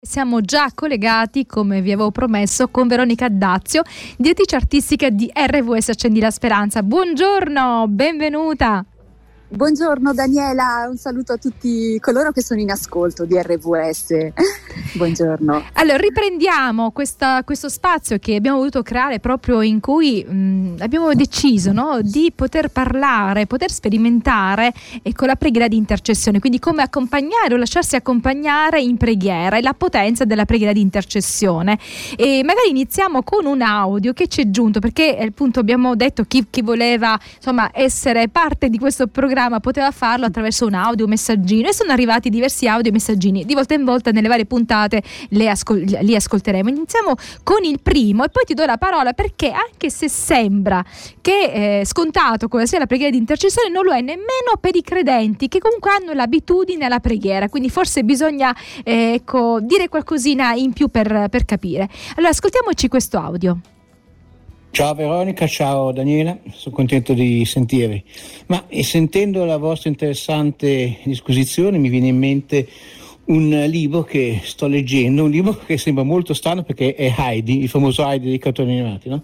Siamo già collegati, come vi avevo promesso, con Veronica Dazio, direttrice artistica di RVS Accendi la Speranza. Buongiorno, benvenuta. Buongiorno Daniela, un saluto a tutti coloro che sono in ascolto di RVS. Buongiorno. Allora, riprendiamo questo spazio che abbiamo voluto creare proprio in cui abbiamo deciso, no, di poter parlare, poter sperimentare con la preghiera di intercessione, quindi come accompagnare o lasciarsi accompagnare in preghiera e la potenza della preghiera di intercessione. E magari iniziamo con un audio che ci è giunto, perché appunto abbiamo detto chi voleva essere parte di questo programma poteva farlo attraverso un audio, un messaggino, e sono arrivati diversi audio e messaggini. Di volta in volta nelle varie puntate li ascolteremo. Iniziamo con il primo e poi ti do la parola, perché anche se sembra che scontato come sia la preghiera di intercessione, non lo è nemmeno per i credenti che comunque hanno l'abitudine alla preghiera, quindi forse bisogna dire qualcosina in più per capire. Allora ascoltiamoci questo audio. Ciao Veronica, ciao Daniela, sono contento di sentirvi. Ma sentendo la vostra interessante disquisizione mi viene in mente un libro che sto leggendo, un libro che sembra molto strano perché è Heidi, il famoso Heidi dei cartoni animati, no?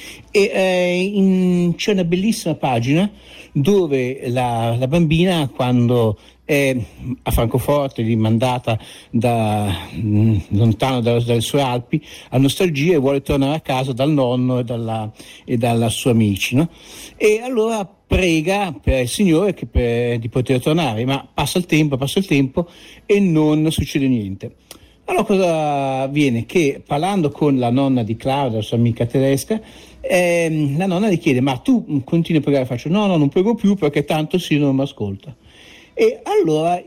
E c'è una bellissima pagina dove la bambina, quando è a Francoforte, rimandata lontano dalle sue Alpi, ha nostalgia e vuole tornare a casa dal nonno e dalla sua amici, no? E allora prega per il Signore di poter tornare, ma passa il tempo e non succede niente. Allora cosa avviene? Che parlando con la nonna di Claudia, la sua amica tedesca, la nonna gli chiede: ma tu continui a pregare? Faccio no, non prego più perché tanto sì non mi ascolta. E allora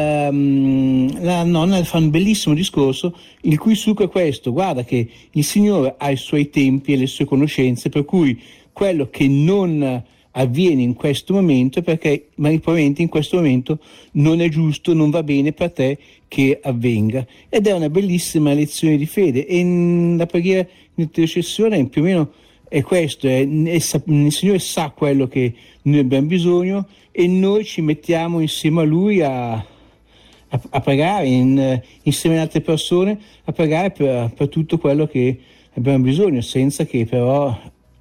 la nonna fa un bellissimo discorso il cui succo è questo: guarda che il Signore ha i suoi tempi e le sue conoscenze, per cui quello che non avviene in questo momento perché probabilmente in questo momento non è giusto, non va bene per te che avvenga. Ed è una bellissima lezione di fede, e la preghiera di intercessione più o meno è questo, il Signore sa quello che noi abbiamo bisogno e noi ci mettiamo insieme a Lui a pregare, insieme ad altre persone, a pregare per tutto quello che abbiamo bisogno, senza che però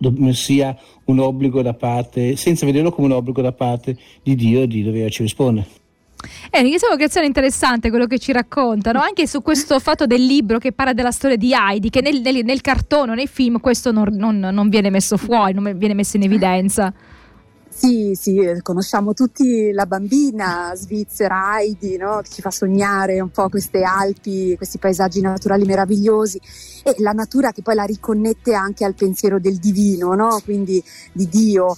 sia un obbligo da parte, senza vederlo come un obbligo da parte di Dio di doverci rispondere. Diciamo che è interessante quello che ci raccontano, anche su questo fatto del libro che parla della storia di Heidi, che nel cartone, nei film, questo non viene messo fuori, non viene messo in evidenza. Sì, conosciamo tutti la bambina svizzera Heidi, no? Che ci fa sognare un po' queste Alpi, questi paesaggi naturali meravigliosi, e la natura che poi la riconnette anche al pensiero del divino, no? Quindi di Dio.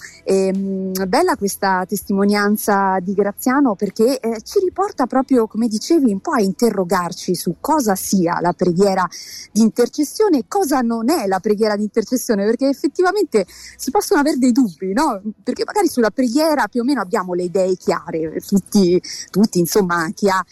Bella questa testimonianza di Graziano, perché ci riporta proprio, come dicevi, un po' a interrogarci su cosa sia la preghiera di intercessione e cosa non è la preghiera di intercessione, perché effettivamente si possono avere dei dubbi, no? Perché magari sulla preghiera più o meno abbiamo le idee chiare, tutti insomma, chi ha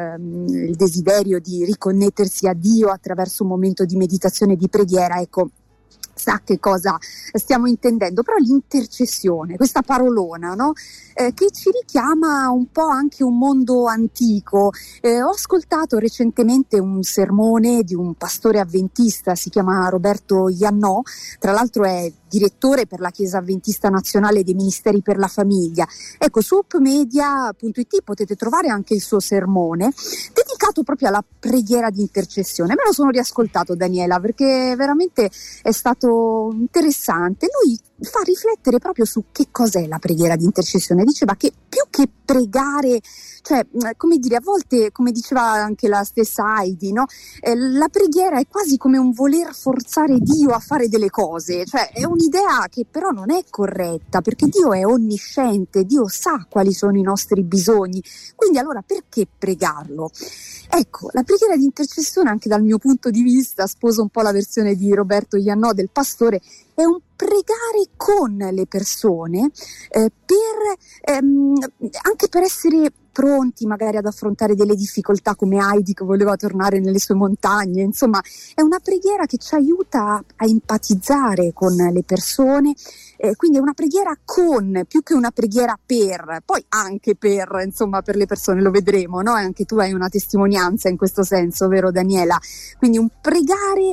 il desiderio di riconnettersi a Dio attraverso un momento di meditazione e di preghiera, ecco, sa che cosa stiamo intendendo. Però l'intercessione, questa parolona, no? Che ci richiama un po' anche un mondo antico. Ho ascoltato recentemente un sermone di un pastore avventista, si chiama Roberto Iannò, tra l'altro è direttore per la Chiesa Avventista Nazionale dei Ministeri per la Famiglia. Ecco, su upmedia.it potete trovare anche il suo sermone dedicato proprio alla preghiera di intercessione. Me lo sono riascoltato, Daniela, perché veramente è stato interessante. Lui fa riflettere proprio su che cos'è la preghiera di intercessione. Diceva che più che pregare, cioè, come dire, a volte, come diceva anche la stessa Heidi, no? La preghiera è quasi come un voler forzare Dio a fare delle cose, cioè è un'idea che però non è corretta, perché Dio è onnisciente, Dio sa quali sono i nostri bisogni, quindi allora perché pregarlo? Ecco, la preghiera di intercessione, anche dal mio punto di vista, sposo un po' la versione di Roberto Iannò del pastore, è un pregare con le persone anche per essere pronti magari ad affrontare delle difficoltà, come Heidi che voleva tornare nelle sue montagne. Insomma, è una preghiera che ci aiuta a empatizzare con le persone, quindi è una preghiera più che una preghiera per, poi anche per, insomma, per le persone, lo vedremo, no? E anche tu hai una testimonianza in questo senso, vero Daniela? Quindi un pregare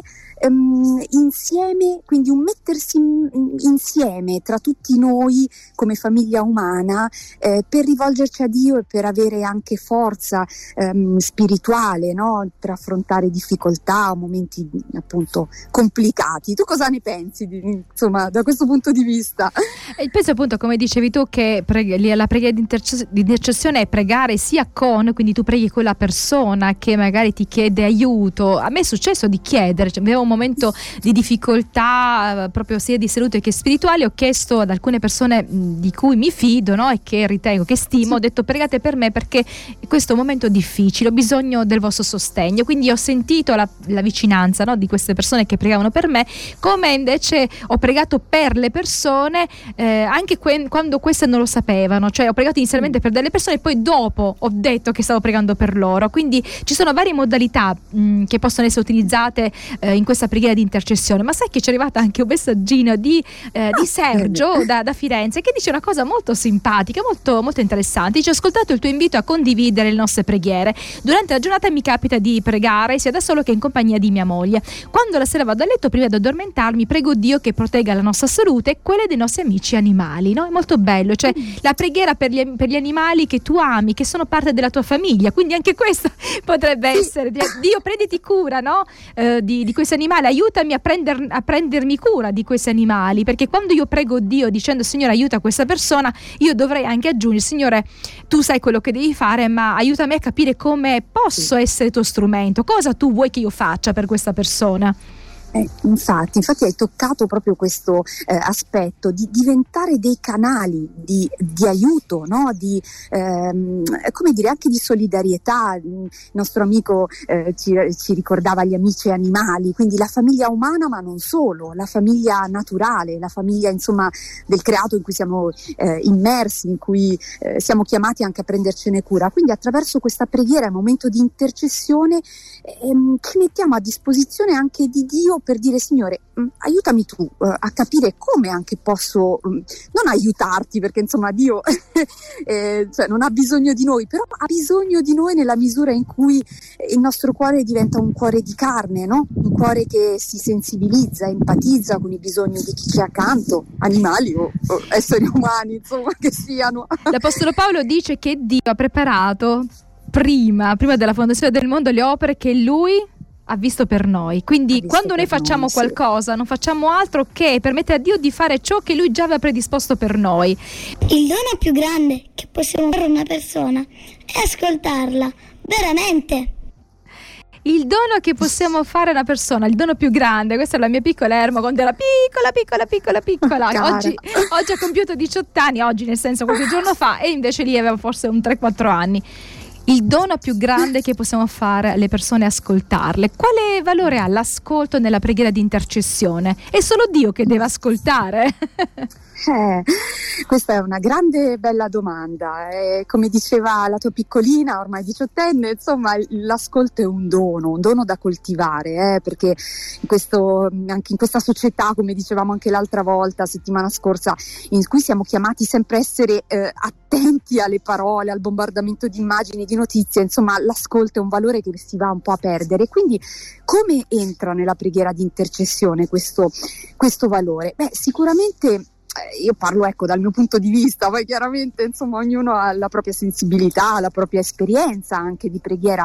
insieme, quindi un mettersi insieme tra tutti noi come famiglia umana, per rivolgerci a Dio e per avere anche forza spirituale, no? Per affrontare difficoltà, momenti appunto complicati. Tu cosa ne pensi insomma, da questo punto di vista? E penso appunto, come dicevi tu, che la preghiera di intercessione è pregare sia con, quindi tu preghi con la persona che magari ti chiede aiuto. A me è successo di chiedere, cioè, avevo un momento di difficoltà proprio sia di salute che spirituale, ho chiesto ad alcune persone di cui mi fido, no? E che ritengo, che stimo, ho detto pregate per me perché questo è un momento difficile, ho bisogno del vostro sostegno. Quindi ho sentito la vicinanza, no? Di queste persone che pregavano per me, come invece ho pregato per le persone anche quando queste non lo sapevano, cioè ho pregato inizialmente per delle persone e poi dopo ho detto che stavo pregando per loro. Quindi ci sono varie modalità che possono essere utilizzate in questa preghiera di intercessione. Ma sai che ci è arrivato anche un messaggino di Sergio da Firenze, che dice una cosa molto simpatica, molto, molto interessante. Dice: ho ascoltato il tuo invito a condividere le nostre preghiere. Durante la giornata mi capita di pregare sia da solo che in compagnia di mia moglie. Quando la sera vado a letto, prima di addormentarmi, prego Dio che protegga la nostra salute e quelle dei nostri amici animali, no? È molto bello, cioè la preghiera per gli animali che tu ami, che sono parte della tua famiglia. Quindi anche questo potrebbe essere: Dio, prenditi cura, no? Di questi animali, aiutami a prendermi cura di questi animali, perché quando io prego Dio dicendo Signore aiuta questa persona, io dovrei anche aggiungere: Signore, tu sai quello che devi fare, ma aiutami a capire come posso essere tuo strumento, cosa tu vuoi che io faccia per questa persona. Infatti hai toccato proprio questo aspetto di diventare dei canali di aiuto, no? Come dire, anche di solidarietà. Il nostro amico ci ricordava gli amici animali, quindi la famiglia umana, ma non solo, la famiglia naturale, la famiglia insomma del creato in cui siamo immersi, in cui siamo chiamati anche a prendercene cura. Quindi attraverso questa preghiera, il momento di intercessione, ci mettiamo a disposizione anche di Dio per dire: Signore, aiutami tu a capire come anche posso non aiutarti, perché insomma Dio cioè non ha bisogno di noi, però ha bisogno di noi nella misura in cui il nostro cuore diventa un cuore di carne, no? Un cuore che si sensibilizza, empatizza con i bisogni di chi c'è accanto, animali o esseri umani, insomma, che siano. L'Apostolo Paolo dice che Dio ha preparato prima della fondazione del mondo le opere che Lui ha visto per noi. Quindi quando noi facciamo qualcosa, non facciamo altro che permettere a Dio di fare ciò che Lui già aveva predisposto per noi. Il dono più grande che possiamo fare a una persona è ascoltarla, veramente. Il dono che possiamo fare a una persona, il dono più grande, questa è la mia piccola Erma quando era piccola. Oggi ha compiuto 18 anni, oggi nel senso qualche giorno fa, e invece lì aveva forse un 3-4 anni. Il dono più grande che possiamo fare alle persone è ascoltarle. Quale valore ha l'ascolto nella preghiera di intercessione? È solo Dio che deve ascoltare? Questa è una grande bella domanda. Come diceva la tua piccolina, ormai 18enne, insomma, l'ascolto è un dono da coltivare, perché anche in questa società, come dicevamo anche l'altra volta, settimana scorsa, in cui siamo chiamati sempre a essere attenti alle parole, al bombardamento di immagini, di notizie, insomma, l'ascolto è un valore che si va un po' a perdere. Quindi come entra nella preghiera di intercessione questo valore? Sicuramente io parlo dal mio punto di vista, poi chiaramente insomma ognuno ha la propria sensibilità, la propria esperienza anche di preghiera.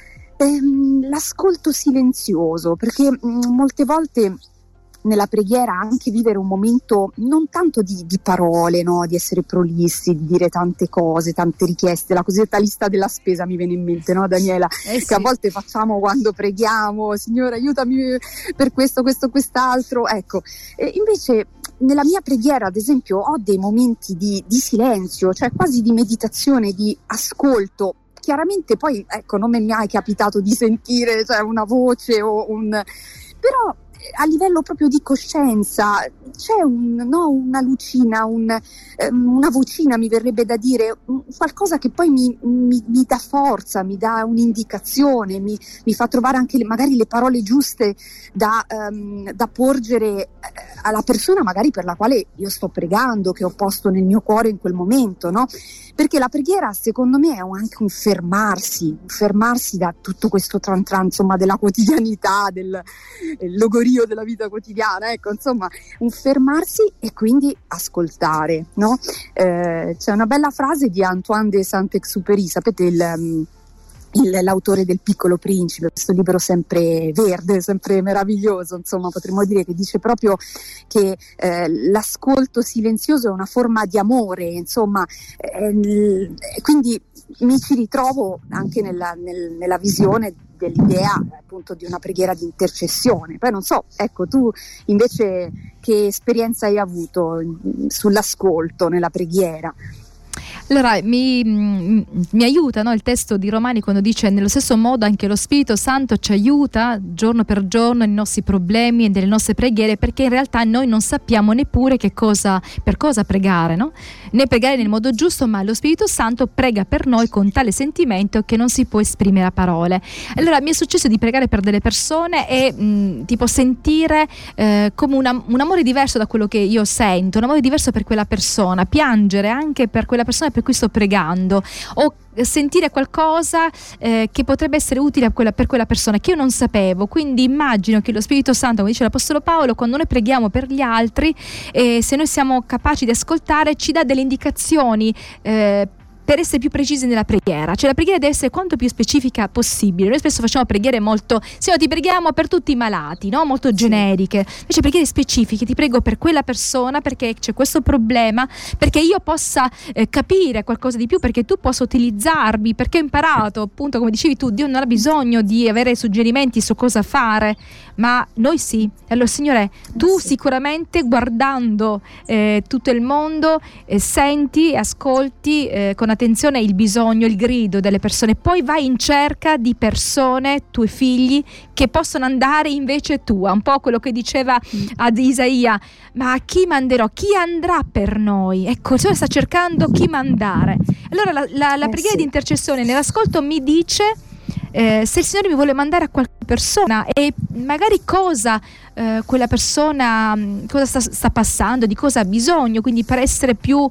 L'ascolto silenzioso, perché molte volte nella preghiera anche vivere un momento non tanto di parole, no? Di essere prolissi, di dire tante cose, tante richieste, la cosiddetta lista della spesa mi viene in mente, no Daniela? Sì. Che a volte facciamo quando preghiamo: Signore aiutami per questo, quest'altro, ecco. Invece nella mia preghiera, ad esempio, ho dei momenti di silenzio, cioè quasi di meditazione, di ascolto. Chiaramente poi, non mi è mai capitato di sentire una voce o però a livello proprio di coscienza c'è una lucina, una vocina, mi verrebbe da dire, qualcosa che poi mi dà forza, mi dà un'indicazione, mi fa trovare anche magari le parole giuste da porgere alla persona magari per la quale io sto pregando, che ho posto nel mio cuore in quel momento, no? Perché la preghiera secondo me è anche un fermarsi da tutto questo tran insomma della quotidianità, del logorio della vita quotidiana, ecco, insomma un fermarsi e quindi ascoltare, no? C'è una bella frase di Antoine de Saint-Exupéry, sapete l'autore del Piccolo Principe, questo libro sempre verde, sempre meraviglioso, insomma potremmo dire, che dice proprio che l'ascolto silenzioso è una forma di amore, insomma, quindi mi ci ritrovo anche nella visione dell'idea appunto di una preghiera di intercessione. Poi non so, ecco, tu invece che esperienza hai avuto sull'ascolto nella preghiera? Allora, mi aiuta, no, il testo di Romani quando dice: nello stesso modo anche lo Spirito Santo ci aiuta giorno per giorno nei nostri problemi e nelle nostre preghiere, perché in realtà noi non sappiamo neppure per cosa pregare, no? Né pregare nel modo giusto, ma lo Spirito Santo prega per noi con tale sentimento che non si può esprimere a parole. Allora mi è successo di pregare per delle persone e tipo sentire come un amore diverso da quello che io sento, un amore diverso per quella persona, piangere anche per quella persona per cui sto pregando, o sentire qualcosa che potrebbe essere utile per quella persona che io non sapevo. Quindi immagino che lo Spirito Santo, come dice l'Apostolo Paolo, quando noi preghiamo per gli altri, se noi siamo capaci di ascoltare, ci dà delle indicazioni per essere più precisi nella preghiera. Cioè la preghiera deve essere quanto più specifica possibile. Noi spesso facciamo preghiere molto, Signore ti preghiamo per tutti i malati, no? Molto generiche. Invece preghiere specifiche: ti prego per quella persona perché c'è questo problema, perché io possa capire qualcosa di più, perché tu possa utilizzarmi, perché ho imparato, appunto come dicevi tu, Dio non ha bisogno di avere suggerimenti su cosa fare, ma noi sì. Allora Signore, tu sicuramente guardando tutto il mondo senti e ascolti con attenzione il bisogno, il grido delle persone, poi vai in cerca di persone, tuoi figli, che possono andare invece tua, un po' quello che diceva ad Isaia: ma chi manderò? Chi andrà per noi? Ecco, il Signore sta cercando chi mandare. Allora la preghiera di intercessione nell'ascolto mi dice se il Signore mi vuole mandare a qualche persona e magari cosa quella persona cosa sta passando, di cosa ha bisogno, quindi per essere più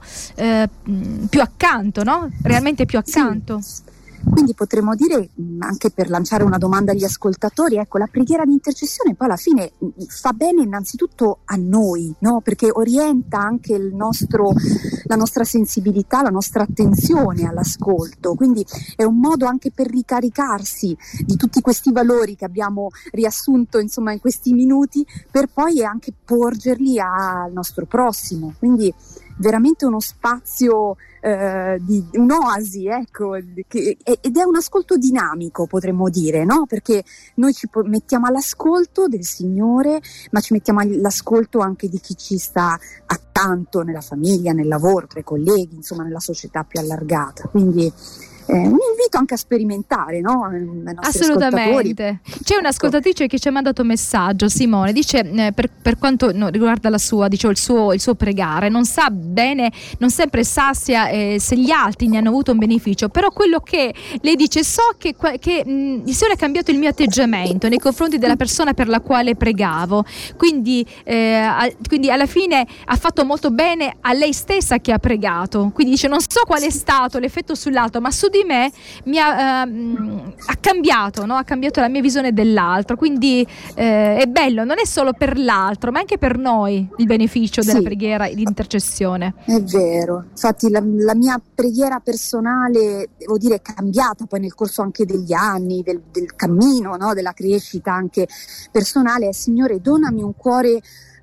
accanto, no? Realmente più accanto. Sì. Quindi potremmo dire, anche per lanciare una domanda agli ascoltatori, ecco, la preghiera di intercessione poi alla fine fa bene innanzitutto a noi, no? Perché orienta anche la nostra sensibilità, la nostra attenzione all'ascolto, quindi è un modo anche per ricaricarsi di tutti questi valori che abbiamo riassunto insomma in questi minuti, per poi anche porgerli al nostro prossimo. Quindi veramente uno spazio di un'oasi, ecco, ed è un ascolto dinamico, potremmo dire, no? Perché noi ci mettiamo all'ascolto del Signore, ma ci mettiamo all'ascolto anche di chi ci sta accanto nella famiglia, nel lavoro, tra i colleghi, insomma nella società più allargata. Quindi un invito anche a sperimentare, no? Assolutamente. C'è un'ascoltatrice che ci ha mandato un messaggio, Simone, dice per quanto riguarda la sua, dicevo, il suo pregare, non sa bene, non sempre sa se gli altri ne hanno avuto un beneficio, però quello che lei dice: so che il Signore ha cambiato il mio atteggiamento nei confronti della persona per la quale pregavo, quindi alla fine ha fatto molto bene a lei stessa che ha pregato. Quindi dice: non so qual è stato l'effetto sull'altro, ma su di me mi ha cambiato, no? Ha cambiato la mia visione dell'altro. Quindi è bello, non è solo per l'altro, ma anche per noi il beneficio della preghiera di intercessione. È vero, infatti la mia preghiera personale, devo dire, è cambiata poi nel corso anche degli anni, del cammino, no? Della crescita anche personale. Signore, donami un cuore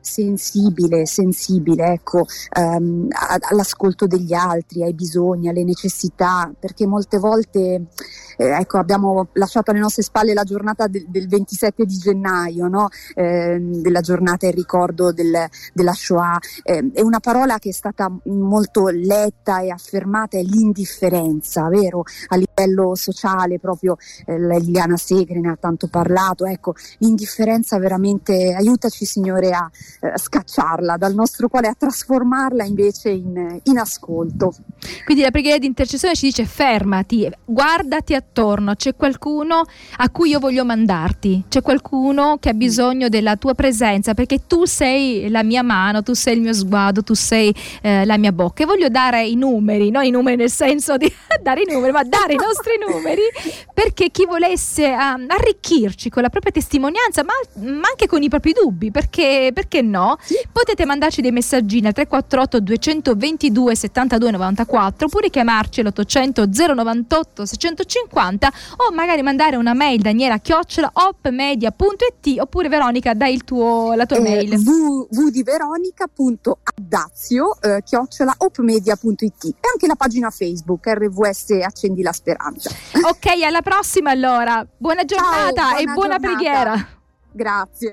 sensibile, ecco, all'ascolto degli altri, ai bisogni, alle necessità, perché molte volte ecco, abbiamo lasciato alle nostre spalle la giornata del 27 di gennaio, no? Della giornata in ricordo della Shoah. È una parola che è stata molto letta e affermata, è l'indifferenza, vero? A livello sociale proprio Liliana Segre ne ha tanto parlato, ecco, l'indifferenza veramente, aiutaci Signore a scacciarla dal nostro cuore, a trasformarla invece in ascolto. Quindi la preghiera di intercessione ci dice: fermati, guardati attorno, c'è qualcuno a cui io voglio mandarti, c'è qualcuno che ha bisogno della tua presenza, perché tu sei la mia mano, tu sei il mio sguardo, tu sei la mia bocca. E voglio dare i numeri, non i numeri nel senso di dare i numeri, ma dare i nostri numeri, perché chi volesse arricchirci con la propria testimonianza, ma anche con i propri dubbi, perché no? Potete mandarci dei messaggini al 348 222 72 94, oppure chiamarci all'800 098 650, o magari mandare una mail daniela@opmedia.it, oppure Veronica, dai la tua mail. www.veronica.addazio@opmedia.it, e anche la pagina Facebook RVS Accendi la Speranza. Ok, alla prossima allora. Buona giornata. Ciao, buona preghiera. Grazie.